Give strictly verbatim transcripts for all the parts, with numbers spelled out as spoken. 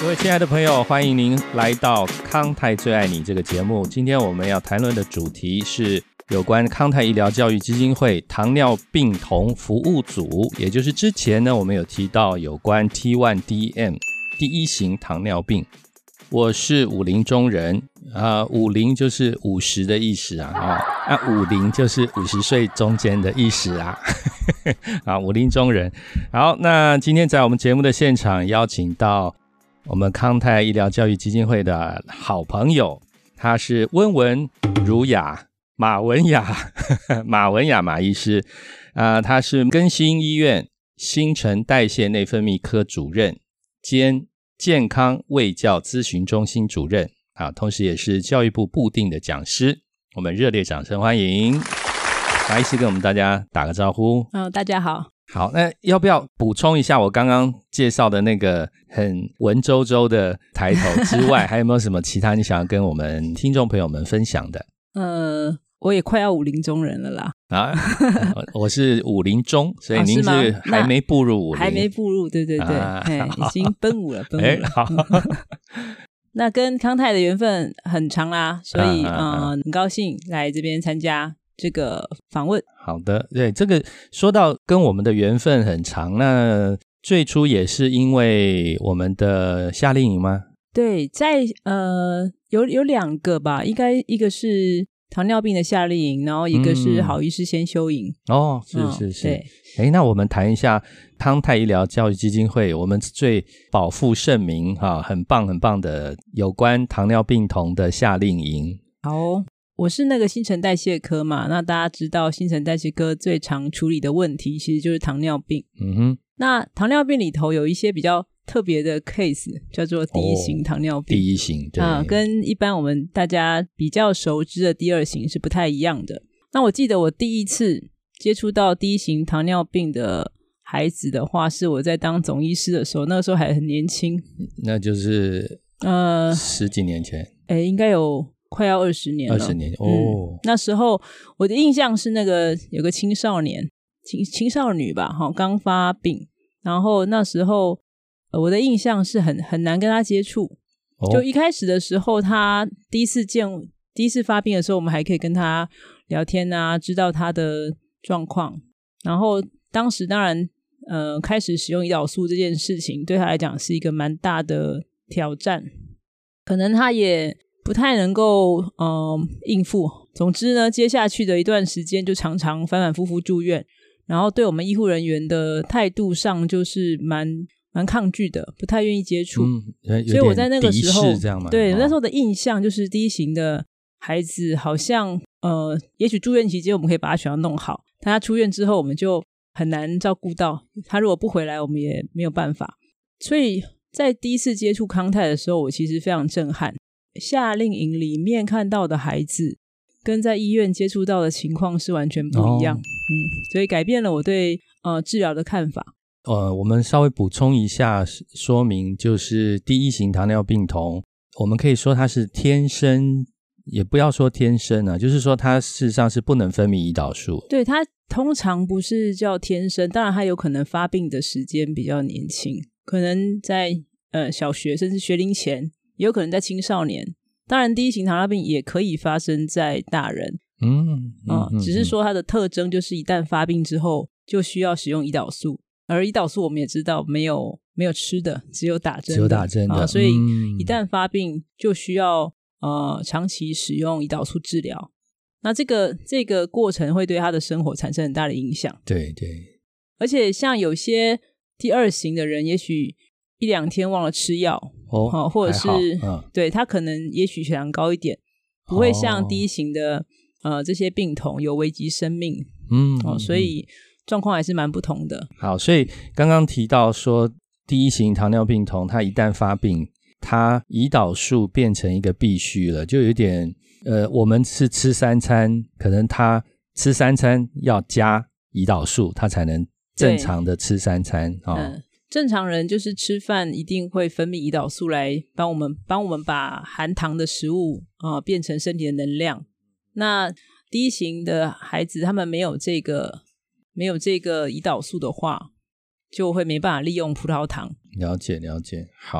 位亲爱的朋友，欢迎您来到康泰最爱你这个节目。今天我们要谈论的主题是有关康泰医疗教育基金会糖尿病童服务组，也就是之前呢我们有提到有关 T 一 D M 第一型糖尿病。我是武林中人啊、呃，武林就是五十的意思啊，哦，那武林就是五十岁中间的意思啊，啊，武林中人。好，那今天在我们节目的现场邀请到我们康泰医疗教育基金会的好朋友，他是温文儒雅马文雅马文雅马医师啊、呃，他是更新医院新陈代谢内分泌科主任兼健康卫教咨询中心主任啊，同时也是教育部部定的讲师。我们热烈掌声欢迎马医师跟我们大家打个招呼。 嗯，大家好。 好，那要不要补充一下我刚刚介绍的那个很文绉绉的抬头之外，还有没有什么其他你想要跟我们听众朋友们分享的？ 呃，我也快要武林中人了啦。啊， 我是武林中，所以您是还没步入武林， 还没步入，对对对，啊、已经奔武了，奔武了。好那跟康泰的缘分很长啦，所以、啊啊啊呃、很高兴来这边参加这个访问。 好的，对，这个说到跟我们的缘分很长，那最初也是因为我们的夏令营吗？ 对，在呃有有两个吧，应该一个是糖尿病的夏令营，然后一个是好医师先修营、 嗯、哦，是是是、 嗯、 对。诶，那我们谈一下康泰医疗教育基金会，我们最饱负盛名、啊、很棒很棒的有关糖尿病童的夏令营。 好，我是那个新陈代谢科嘛，那大家知道新陈代谢科最常处理的问题其实就是糖尿病。 嗯哼， 那糖尿病里头有一些比较特别的 case 叫做第一型糖尿病、 哦、第一型对、 啊，跟一般我们大家比较熟知的第二型是不太一样的。那我记得我第一次接触到第一型糖尿病的孩子的话，是我在当总医师的时候，那个时候还很年轻， 那就是呃十几年前， 诶应该有快要二十年了， 二十年哦、 嗯。那时候我的印象是那个有个青少年青青少女吧，刚发病，然后那时候呃我的印象是很很难跟他接触、哦、就一开始的时候他第一次见第一次发病的时候，我们还可以跟他聊天啊，知道他的状况，然后当时当然呃开始使用胰岛素这件事情对他来讲是一个蛮大的挑战，可能他也不太能够呃应付。总之呢，接下去的一段时间就常常反反复复住院，然后对我们医护人员的态度上就是蛮蛮抗拒的，不太愿意接触、 嗯、 所以我在那个时候这样吗？ 对、 哦、 那时候的印象就是第一型的孩子好像呃，也许住院期间我们可以把他血糖弄好，但他出院之后我们就很难照顾到他，如果不回来我们也没有办法。所以在第一次接触康泰的时候，我其实非常震撼，夏令营里面看到的孩子跟在医院接触到的情况是完全不一样、哦、嗯，所以改变了我对呃治疗的看法。 呃，我们稍微补充一下说明，就是第一型糖尿病童，我们可以说他是天生，也不要说天生啊，就是说他事实上是不能分泌胰岛素。 对，他通常不是叫天生，当然他有可能发病的时间比较年轻，可能在呃小学甚至学龄前，也有可能在青少年。当然第一型糖尿病也可以发生在大人， 嗯嗯、 呃、只是说它的特征就是一旦发病之后就需要使用胰岛素，而胰岛素我们也知道没有没有吃的，只有打针的， 只有打针的、 呃、所以一旦发病就需要呃长期使用胰岛素治疗。那这个这个过程会对他的生活产生很大的影响。 对对， 而且像有些第二型的人也许一两天忘了吃药哦、呃，或者是、嗯、对他可能也许血糖高一点，不会像第一型的、哦、呃这些病童有危及生命。嗯、呃、所以状况还是蛮不同的。 好，所以刚刚提到说第一型糖尿病童他一旦发病，他胰岛素变成一个必须了，就有点呃，我们是吃三餐，可能他吃三餐要加胰岛素他才能正常的吃三餐、哦嗯、正常人就是吃饭一定会分泌胰岛素来帮我们帮我们把含糖的食物、呃、变成身体的能量。那第一型的孩子他们没有这个没有这个胰岛素的话，就会没办法利用葡萄糖。 了解了解。好，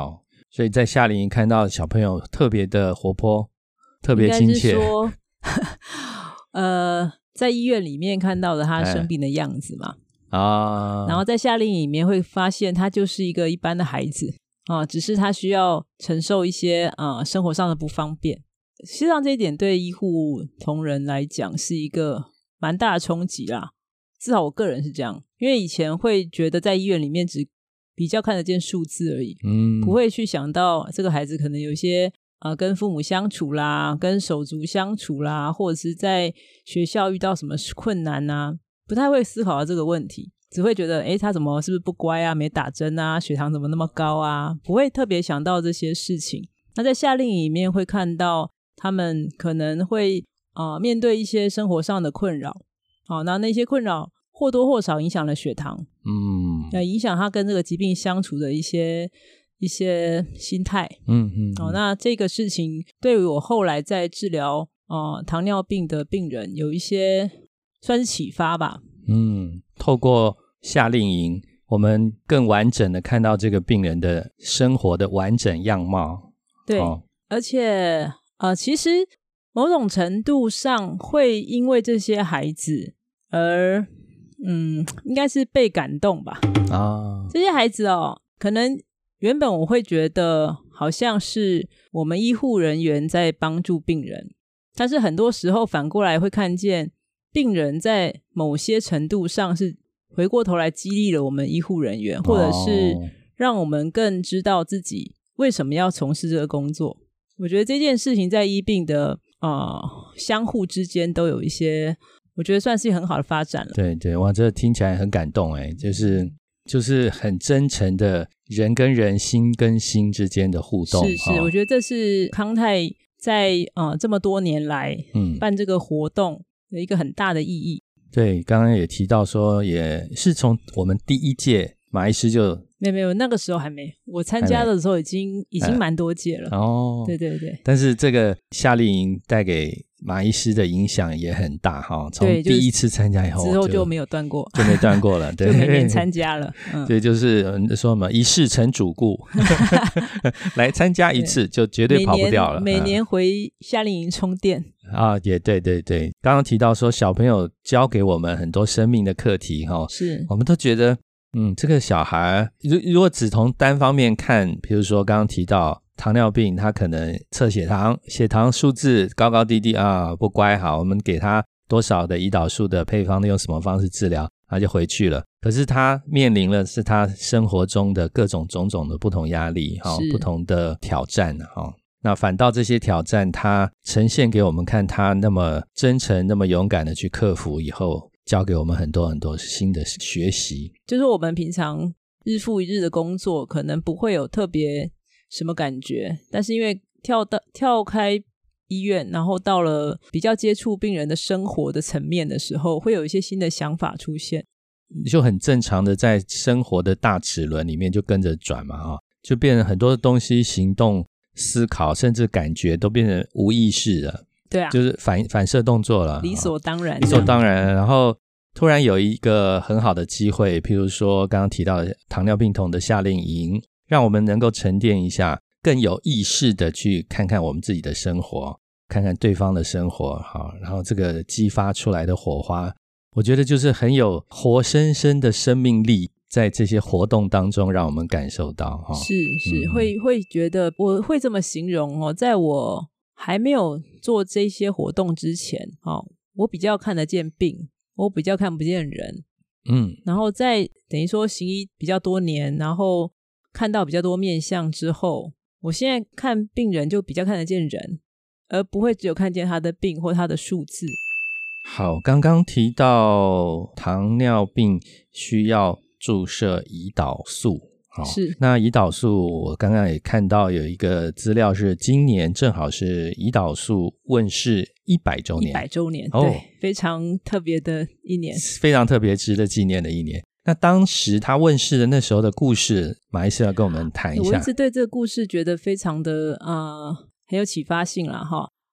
所以在夏令营看到小朋友特别的活泼，特别亲切。 应该是说呃，在医院里面看到了他生病的样子嘛，啊，然后在夏令营里面会发现他就是一个一般的孩子啊，只是他需要承受一些啊生活上的不方便。实际上这一点对医护同仁来讲是一个蛮大的冲击啦，至少我个人是这样，因为以前会觉得在医院里面只比较看得见数字而已，嗯，不会去想到这个孩子可能有一些呃跟父母相处啦，跟手足相处啦，或者是在学校遇到什么困难啊，不太会思考到这个问题，只会觉得诶他怎么是不是不乖啊，没打针啊，血糖怎么那么高啊，不会特别想到这些事情。那在夏令营里面会看到他们可能会呃面对一些生活上的困扰，好，那那些困扰或多或少影响了血糖，嗯，那影响他跟这个疾病相处的一些一些心态，嗯嗯，哦，那这个事情对于我后来在治疗呃糖尿病的病人有一些算是启发吧。 嗯，透过夏令营，我们更完整的看到这个病人的生活的完整样貌。 对，哦，而且呃，其实某种程度上会因为这些孩子而嗯，应该是被感动吧。啊，这些孩子哦，可能原本我会觉得好像是我们医护人员在帮助病人，但是很多时候反过来会看见病人在某些程度上是回过头来激励了我们医护人员，或者是让我们更知道自己为什么要从事这个工作。我觉得这件事情在医病的呃相互之间都有一些，我觉得算是很好的发展了。 对对，哇，这听起来很感动哎，就是就是很真诚的人跟人、心跟心之间的互动。 是是，哦，我觉得这是康泰在呃这么多年来嗯办这个活动的一个很大的意义。 对，刚刚也提到说，也是从我们第一届马医师就没有没有，那个时候还没，我参加的时候已经已经蛮多届了。哦，对对对。 但是这个夏令营带给马医师的影响也很大哈，从第一次参加以后之后就没有断过， 就没断过了，对， 就每年参加了。嗯， 对，就是说什么一试成主顾，来参加一次就绝对跑不掉了。 每年, 每年回夏令营充电。 啊，也对对对，刚刚提到说小朋友教给我们很多生命的课题哈， 是我们都觉得嗯，这个小孩如果只从单方面看，比如说刚刚提到糖尿病，他可能测血糖，血糖数字高高低低啊，不乖，好，我们给他多少的胰岛素的配方，用什么方式治疗，他就回去了。可是他面临的是他生活中的各种种种的不同压力，不同的挑战。那反倒这些挑战他呈现给我们看，他那么真诚那么勇敢的去克服以后，教给我们很多很多新的学习。 就是我们平常日复一日的工作可能不会有特别什么感觉，但是因为跳到跳开医院，然后到了比较接触病人的生活的层面的时候，会有一些新的想法出现， 就很正常的在生活的大齿轮里面就跟着转嘛，就变成很多东西行动思考甚至感觉都变成无意识了。 对啊， 就是反反射动作了， 理所当然， 理所当然。然后突然有一个很好的机会，譬如说刚刚提到的糖尿病童的夏令营，让我们能够沉淀一下，更有意识的去看看我们自己的生活，看看对方的生活，然后这个激发出来的火花，我觉得就是很有活生生的生命力，在这些活动当中让我们感受到。 是是、嗯、会会觉得，我会这么形容哦，在我还没有做这些活动之前，哦，我比较看得见病，我比较看不见人。嗯，然后在等于说行医比较多年，然后看到比较多面向之后，我现在看病人就比较看得见人，而不会只有看见他的病或他的数字。 好，刚刚提到糖尿病需要注射胰岛素， 是， 那胰岛素我刚刚也看到有一个资料是今年正好是胰岛素问世一百周年， 一百周年、哦、对，非常特别的一年， 非常特别值得纪念的一年。那当时他问世的那时候的故事，马医师要跟我们谈一下。 我一直对这个故事觉得非常的呃很有启发性啦哈。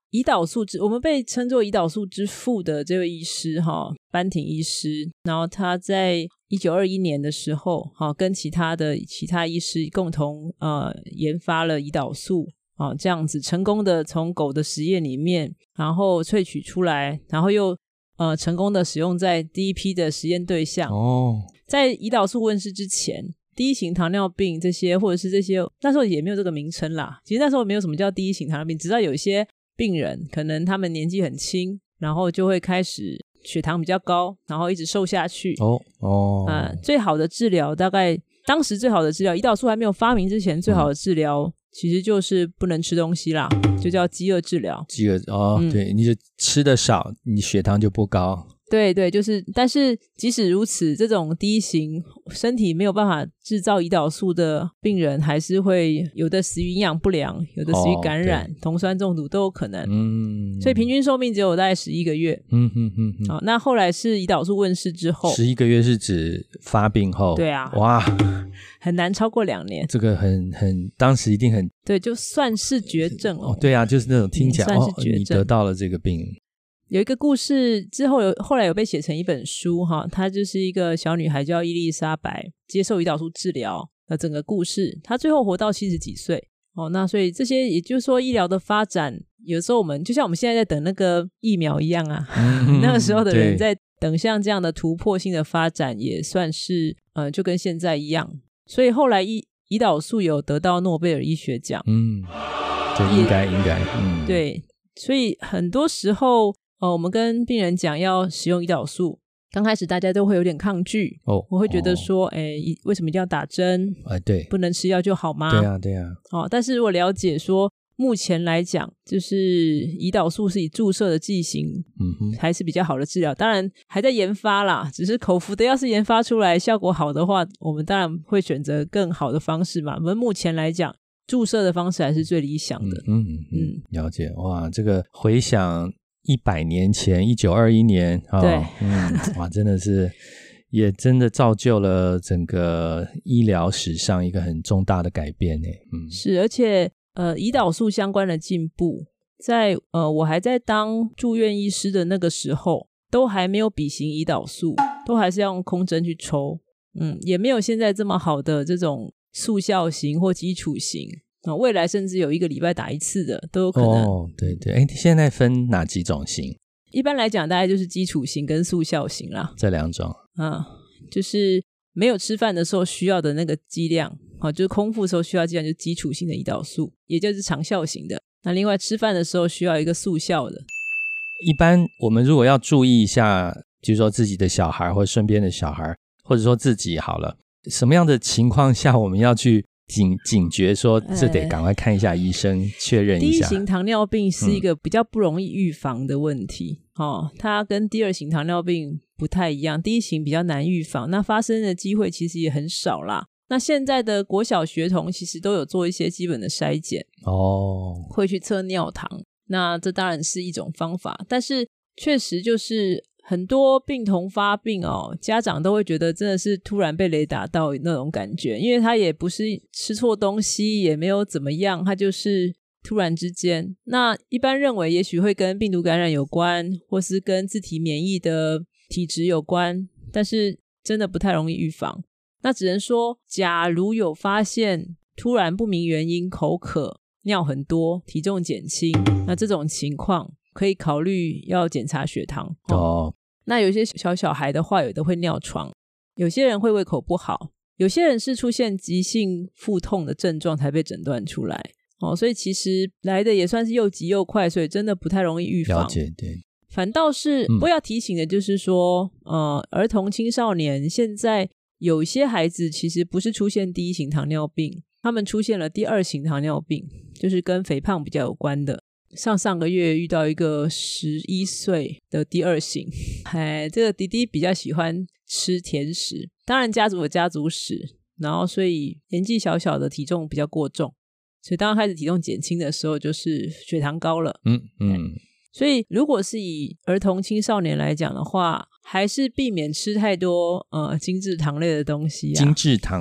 胰岛素之我们被称作胰岛素之父的这位医师哈，班廷医师，然后他在一九二一年的时候哈，跟其他的其他医师共同呃研发了胰岛素啊，这样子成功的从狗的实验里面然后萃取出来，然后又呃成功的使用在第一批的实验对象哦。 在胰岛素问世之前，第一型糖尿病这些或者是这些那时候也没有这个名称啦，其实那时候没有什么叫第一型糖尿病，直到有一些病人可能他们年纪很轻，然后就会开始血糖比较高，然后一直瘦下去。 哦哦， 呃，最好的治疗大概当时最好的治疗，胰岛素还没有发明之前，最好的治疗、嗯、其实就是不能吃东西啦，就叫饥饿治疗。 饥饿哦、嗯，对，你就吃的少，你血糖就不高。 对对，就是但是即使如此，这种第一型身体没有办法制造胰岛素的病人还是会有的死于营养不良，有的死于感染、哦、酮酸中毒都有可能。嗯，所以平均寿命只有大概十一个月。嗯哼哼哼。好，那后来是胰岛素问世之后， 十一个月是指发病后。 对啊。 哇， 很难超过两年。 这个很很当时一定很对，就算是绝症哦。 哦对啊，就是那种听起来、嗯、 算是绝症、 哦、你得到了这个病。 有一个故事之后有后来有被写成一本书哈，她就是一个小女孩叫伊丽莎白，接受胰岛素治疗的整个故事，她最后活到七十几岁哦。那所以这些也就是说医疗的发展，有时候我们就像我们现在在等那个疫苗一样啊、嗯、那个时候的人在等像这样的突破性的发展，也算是呃就跟现在一样。所以后来胰胰岛素有得到诺贝尔医学奖。嗯， 对，应该应该嗯， 对，所以很多时候哦，我们跟病人讲要使用胰岛素，刚开始大家都会有点抗拒哦，我会觉得说，哎、哦，为什么一定要打针？哎， 对， 不能吃药就好吗？ 对啊，对啊。 哦，但是如果了解说，目前来讲，就是胰岛素是以注射的剂型，嗯哼，还是比较好的治疗。当然还在研发啦，只是口服的，要是研发出来效果好的话，我们当然会选择更好的方式嘛。我们目前来讲，注射的方式还是最理想的。嗯 嗯, 嗯， 了解。哇，这个回想。一百年前一九二一年、哦、 对嗯，哇真的是也真的造就了整个医疗史上一个很重大的改变耶。嗯， 是，而且呃，胰岛素相关的进步在呃我还在当住院医师的那个时候都还没有丙型胰岛素，都还是要用空针去抽。嗯，也没有现在这么好的这种速效型或基础型，哦、未来甚至有一个礼拜打一次的都有可能。 哦，对对，哎，现在分哪几种型？ 一般来讲大概就是基础型跟速效型啦， 这两种。 嗯，就是没有吃饭的时候需要的那个剂量、哦、就是空腹的时候需要剂量就是基础型的胰岛素，也就是长效型的。那另外吃饭的时候需要一个速效的。 一般我们如果要注意一下，比如说自己的小孩或者身边的小孩，或者说自己好了，什么样的情况下我们要去警警觉说这得赶快看一下医生、呃、确认一下。 第一型糖尿病是一个比较不容易预防的问题、嗯哦、它跟第二型糖尿病不太一样，第一型比较难预防，那发生的机会其实也很少啦。那现在的国小学童其实都有做一些基本的筛检哦，会去测尿糖，那这当然是一种方法，但是确实就是很多病童发病哦，家长都会觉得真的是突然被雷打到那种感觉，因为他也不是吃错东西，也没有怎么样，他就是突然之间。那一般认为也许会跟病毒感染有关，或是跟自体免疫的体质有关，但是真的不太容易预防。那只能说假如有发现突然不明原因口渴、尿很多、体重减轻，那这种情况可以考虑要检查血糖哦。那有些小小孩的话，有的会尿床，有些人会胃口不好，有些人是出现急性腹痛的症状才被诊断出来哦。所以其实来的也算是又急又快，所以真的不太容易预防。 了解，对。 反倒是、嗯、不过要提醒的就是说，呃，儿童青少年现在有些孩子其实不是出现第一型糖尿病，他们出现了第二型糖尿病，就是跟肥胖比较有关的。上上个月遇到一个十一岁的第二型，哎，这个弟弟比较喜欢吃甜食，当然家族有家族史，然后所以年纪小小的体重比较过重，所以当开始体重减轻的时候就是血糖高了。嗯嗯，所以如果是以儿童青少年来讲的话，还是避免吃太多呃精制糖类的东西啊。 精制糖类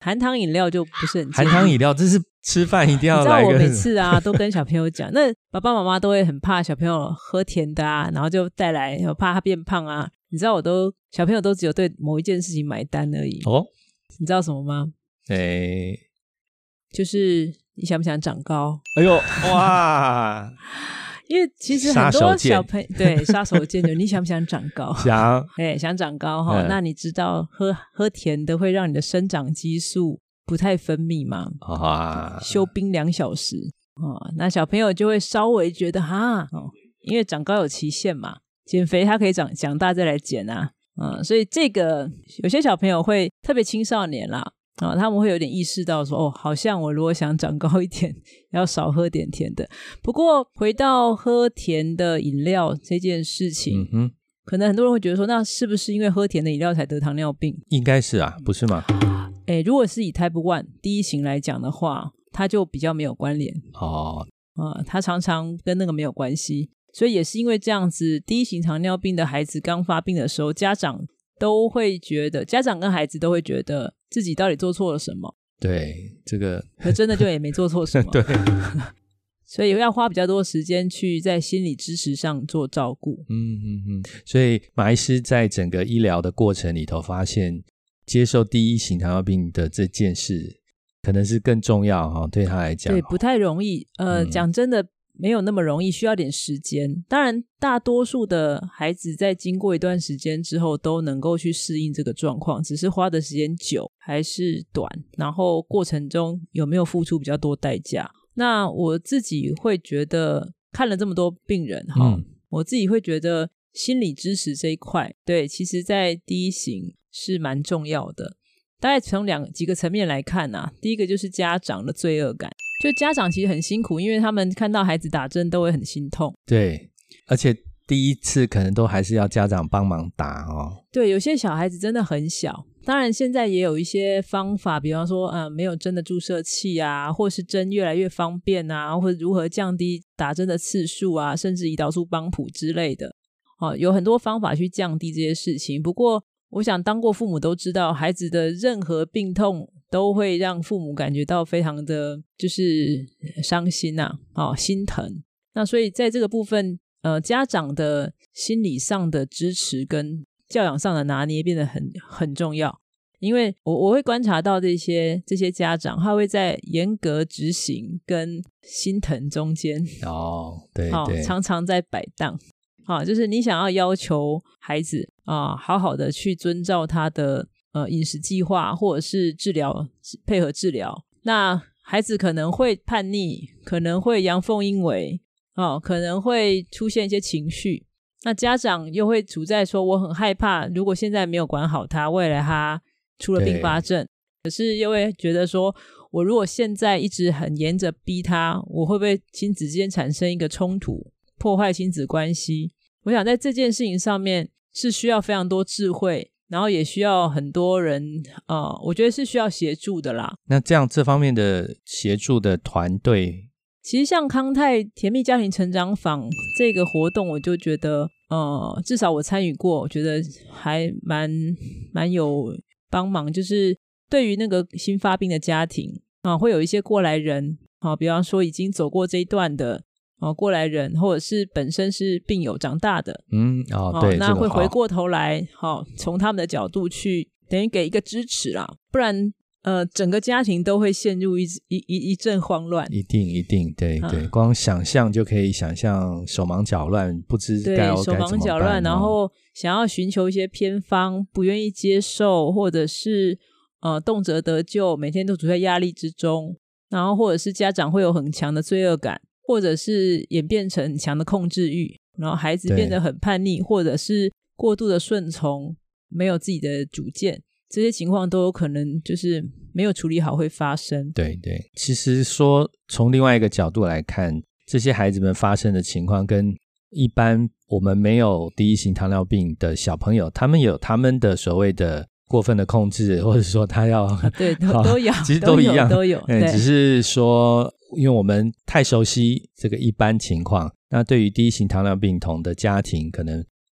含糖饮料就不是很含糖饮料这是吃饭一定要来个， 你知道我每次啊都跟小朋友讲，那爸爸妈妈都会很怕小朋友喝甜的啊，然后就带来怕他变胖啊，你知道我都小朋友都只有对某一件事情买单而已哦，你知道什么吗？ 诶， 就是你想不想长高？ 哎呦哇因为其实很多小朋友对杀手锏就你想不想长高？ 想， 哎，想长高哈、嗯，那你知道喝喝甜的会让你的生长激素不太分泌吗？啊，休兵两小时哦，那小朋友就会稍微觉得哈、哦，因为长高有期限嘛，减肥他可以长长大再来减啊，嗯，所以这个有些小朋友会特别青少年啦。哦、他们会有点意识到说哦，好像我如果想长高一点要少喝点甜的。不过回到喝甜的饮料这件事情、嗯、哼可能很多人会觉得说那是不是因为喝甜的饮料才得糖尿病？ 应该是啊，不是吗？ 诶，如果是以 Type 一 第一型来讲的话，它就比较没有关联哦、呃，它常常跟那个没有关系，所以也是因为这样子，第一型糖尿病的孩子刚发病的时候，家长都会觉得，家长跟孩子都会觉得自己到底做错了什么？ 对，这个可真的就也没做错什么。 对， 所以要花比较多时间去在心理支持上做照顾。 嗯嗯嗯。所以马医师在整个医疗的过程里头发现，接受第一型糖尿病的这件事可能是更重要哈、哦，对他来讲。 对，不太容易。呃，嗯、讲真的。没有那么容易，需要点时间。当然大多数的孩子在经过一段时间之后都能够去适应这个状况，只是花的时间久还是短，然后过程中有没有付出比较多代价。那我自己会觉得看了这么多病人、嗯、我自己会觉得心理支持这一块，对，其实在第一型是蛮重要的。大概从两几个层面来看啊，第一个就是家长的罪恶感，就家长其实很辛苦，因为他们看到孩子打针都会很心痛。 对，而且第一次可能都还是要家长帮忙打哦。 对，有些小孩子真的很小，当然现在也有一些方法，比方说呃，没有针的注射器啊，或是针越来越方便啊，或者如何降低打针的次数啊，甚至胰岛素帮谱之类的、哦、有很多方法去降低这些事情。不过我想当过父母都知道，孩子的任何病痛都会让父母感觉到非常的就是伤心啊，哦，心疼。那所以在这个部分呃，家长的心理上的支持跟教养上的拿捏变得很很重要。因为我我会观察到这些这些家长，他会在严格执行跟心疼中间哦，对对、哦、 常常在摆荡。啊，就是你想要要求孩子啊，好好的去遵照他的呃饮食计划，或者是治疗配合治疗，那孩子可能会叛逆，可能会阳奉阴违，哦，可能会出现一些情绪。那家长又会处在说，我很害怕，如果现在没有管好他，未来他出了并发症，可是又会觉得说，我如果现在一直很严着逼他，我会不会亲子之间产生一个冲突？破坏亲子关系。我想在这件事情上面是需要非常多智慧，然后也需要很多人呃，我觉得是需要协助的啦。 那这样这方面的协助的团队， 其实像康泰甜蜜家庭成长坊这个活动，我就觉得呃，至少我参与过，我觉得还蛮蛮有帮忙。就是对于那个新发病的家庭啊，会有一些过来人啊，比方说已经走过这一段的哦，过来人或者是本身是病友长大的， 嗯，哦，对， 哦，那会回过头来，好、哦，从他们的角度去等于给一个支持啦，不然呃，整个家庭都会陷入一一一一阵慌乱。 一定一定，对对、啊，光想象就可以想象手忙脚乱，不知该要该怎么办。 手忙脚乱，然后想要寻求一些偏方，不愿意接受，或者是呃动辄得咎，每天都处在压力之中，然后或者是家长会有很强的罪恶感。或者是演变成很强的控制欲，然后孩子变得很叛逆，或者是过度的顺从，没有自己的主见，这些情况都有可能就是没有处理好会发生。 对对，其实说从另外一个角度来看，这些孩子们发生的情况跟一般我们没有第一型糖尿病的小朋友，他们有他们的所谓的过分的控制，或者说他要、 啊、对 都, 都有其实都一样， 都有, 都有对， 只是说因为我们太熟悉这个一般情况，那对于第一型糖尿病童的家庭可能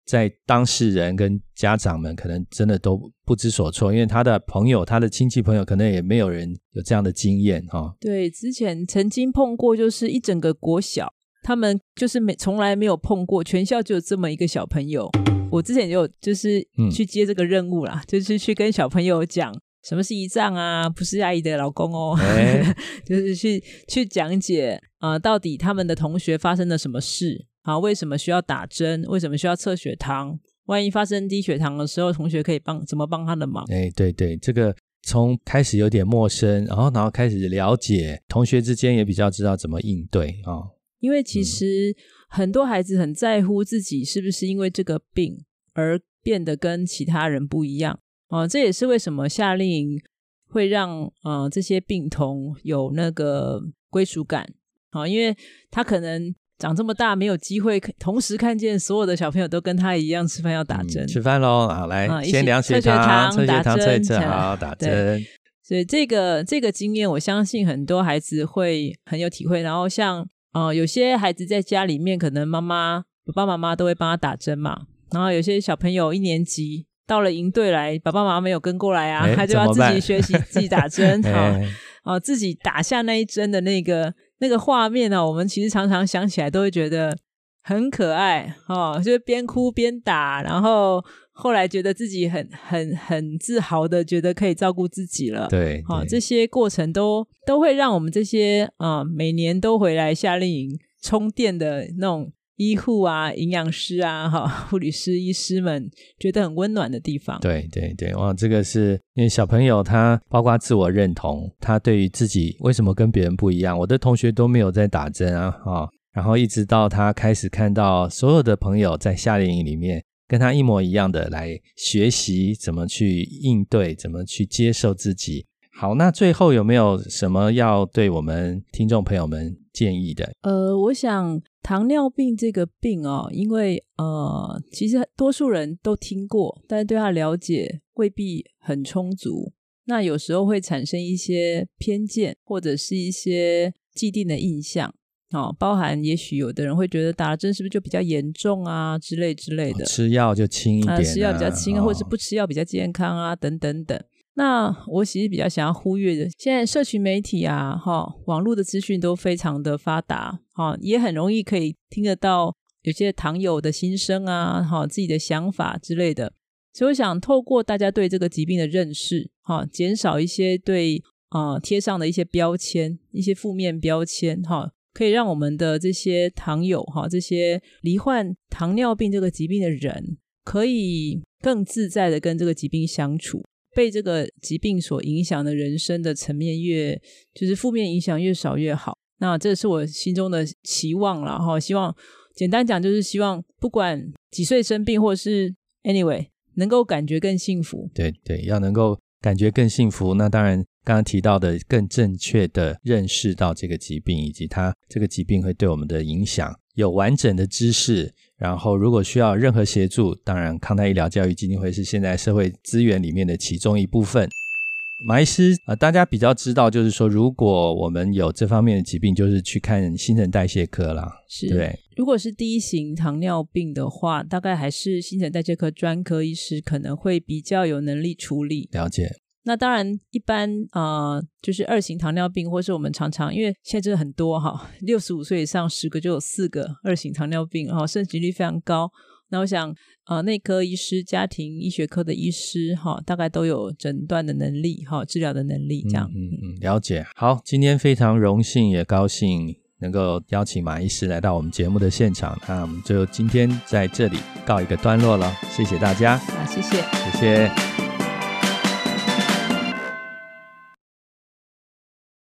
在当事人跟家长们可能真的都不知所措，因为他的朋友他的亲戚朋友可能也没有人有这样的经验、哦、 对，之前曾经碰过，就是一整个国小他们就是没从来没有碰过，全校就有这么一个小朋友。我之前有就是去接这个任务啦、嗯、就是去跟小朋友讲什么是胰脏啊，不是阿姨的老公哦、欸、就是去去讲解呃，到底他们的同学发生了什么事啊？为什么需要打针？为什么需要测血糖？万一发生低血糖的时候，同学可以帮怎么帮他的忙？ 哎，对对，这个从开始有点陌生，然后然后开始了解，同学之间也比较知道怎么应对啊、哦。 因为其实很多孩子很在乎自己是不是因为这个病而变得跟其他人不一样哦，这也是为什么夏令营会让呃这些病童有那个归属感哦，因为他可能长这么大没有机会同时看见所有的小朋友都跟他一样吃饭要打针、 嗯、吃饭咯，好来、啊、先量血糖测血糖测一测， 好打针。 所以这个这个经验我相信很多孩子会很有体会，然后像呃有些孩子在家里面可能妈妈爸爸妈妈都会帮他打针嘛，然后有些小朋友一年级到了营队来，爸爸妈妈没有跟过来啊，他就要自己学习自己打针哦，哦，自己打下那一针的那个那个画面呢、啊，我们其实常常想起来都会觉得很可爱哦，就是边哭边打，然后后来觉得自己很很很自豪的觉得可以照顾自己了。 对， 哦，这些过程都都会让我们这些啊、呃、每年都回来夏令营充电的那种医护啊、营养师啊、哈、护理师、医师们觉得很温暖的地方。 对对对，哇，这个是因为小朋友他包括自我认同，他对于自己为什么跟别人不一样，我的同学都没有在打针啊、哦、然后一直到他开始看到所有的朋友在夏令营里面跟他一模一样的来学习怎么去应对，怎么去接受自己。好，那最后有没有什么要对我们听众朋友们建议的？ 呃，我想糖尿病这个病哦，因为呃，其实多数人都听过，但是对他了解未必很充足，那有时候会产生一些偏见或者是一些既定的印象哦，包含也许有的人会觉得打了针是不是就比较严重啊之类之类的、哦、 吃药就轻一点、啊呃、吃药比较轻、啊哦、或者是不吃药比较健康啊等等等。那我其实比较想要忽略的，现在社群媒体啊、哦、网络的资讯都非常的发达、哦、也很容易可以听得到有些糖友的心声啊、哦、自己的想法之类的，所以我想透过大家对这个疾病的认识、哦、减少一些对呃贴上的一些标签，一些负面标签、哦、可以让我们的这些糖友、哦、这些罹患糖尿病这个疾病的人可以更自在的跟这个疾病相处，被这个疾病所影响的人生的层面越就是负面影响越少越好。那这是我心中的期望啦齁，希望简单讲就是希望不管几岁生病或是 anyway 能够感觉更幸福。 对对，要能够感觉更幸福，那当然刚刚提到的更正确的认识到这个疾病以及它这个疾病会对我们的影响，有完整的知识，然后如果需要任何协助，当然康泰医疗教育基金会是现在社会资源里面的其中一部分。马医师、呃、大家比较知道就是说如果我们有这方面的疾病就是去看新陈代谢科啦， 是， 对， 如果是第一型糖尿病的话，大概还是新陈代谢科专科医师可能会比较有能力处理。 了解。 那当然一般呃，就是二型糖尿病或是我们常常因为现在真的很多哈，六十五岁以上十个就有四个二型糖尿病，然后盛行率非常高。那我想呃，内科医师、家庭医学科的医师哈，大概都有诊断的能力哈，治疗的能力这样。 嗯嗯嗯，了解。好，今天非常荣幸也高兴能够邀请马医师来到我们节目的现场，那我们就今天在这里告一个段落了，谢谢大家。 好，谢谢， 谢谢。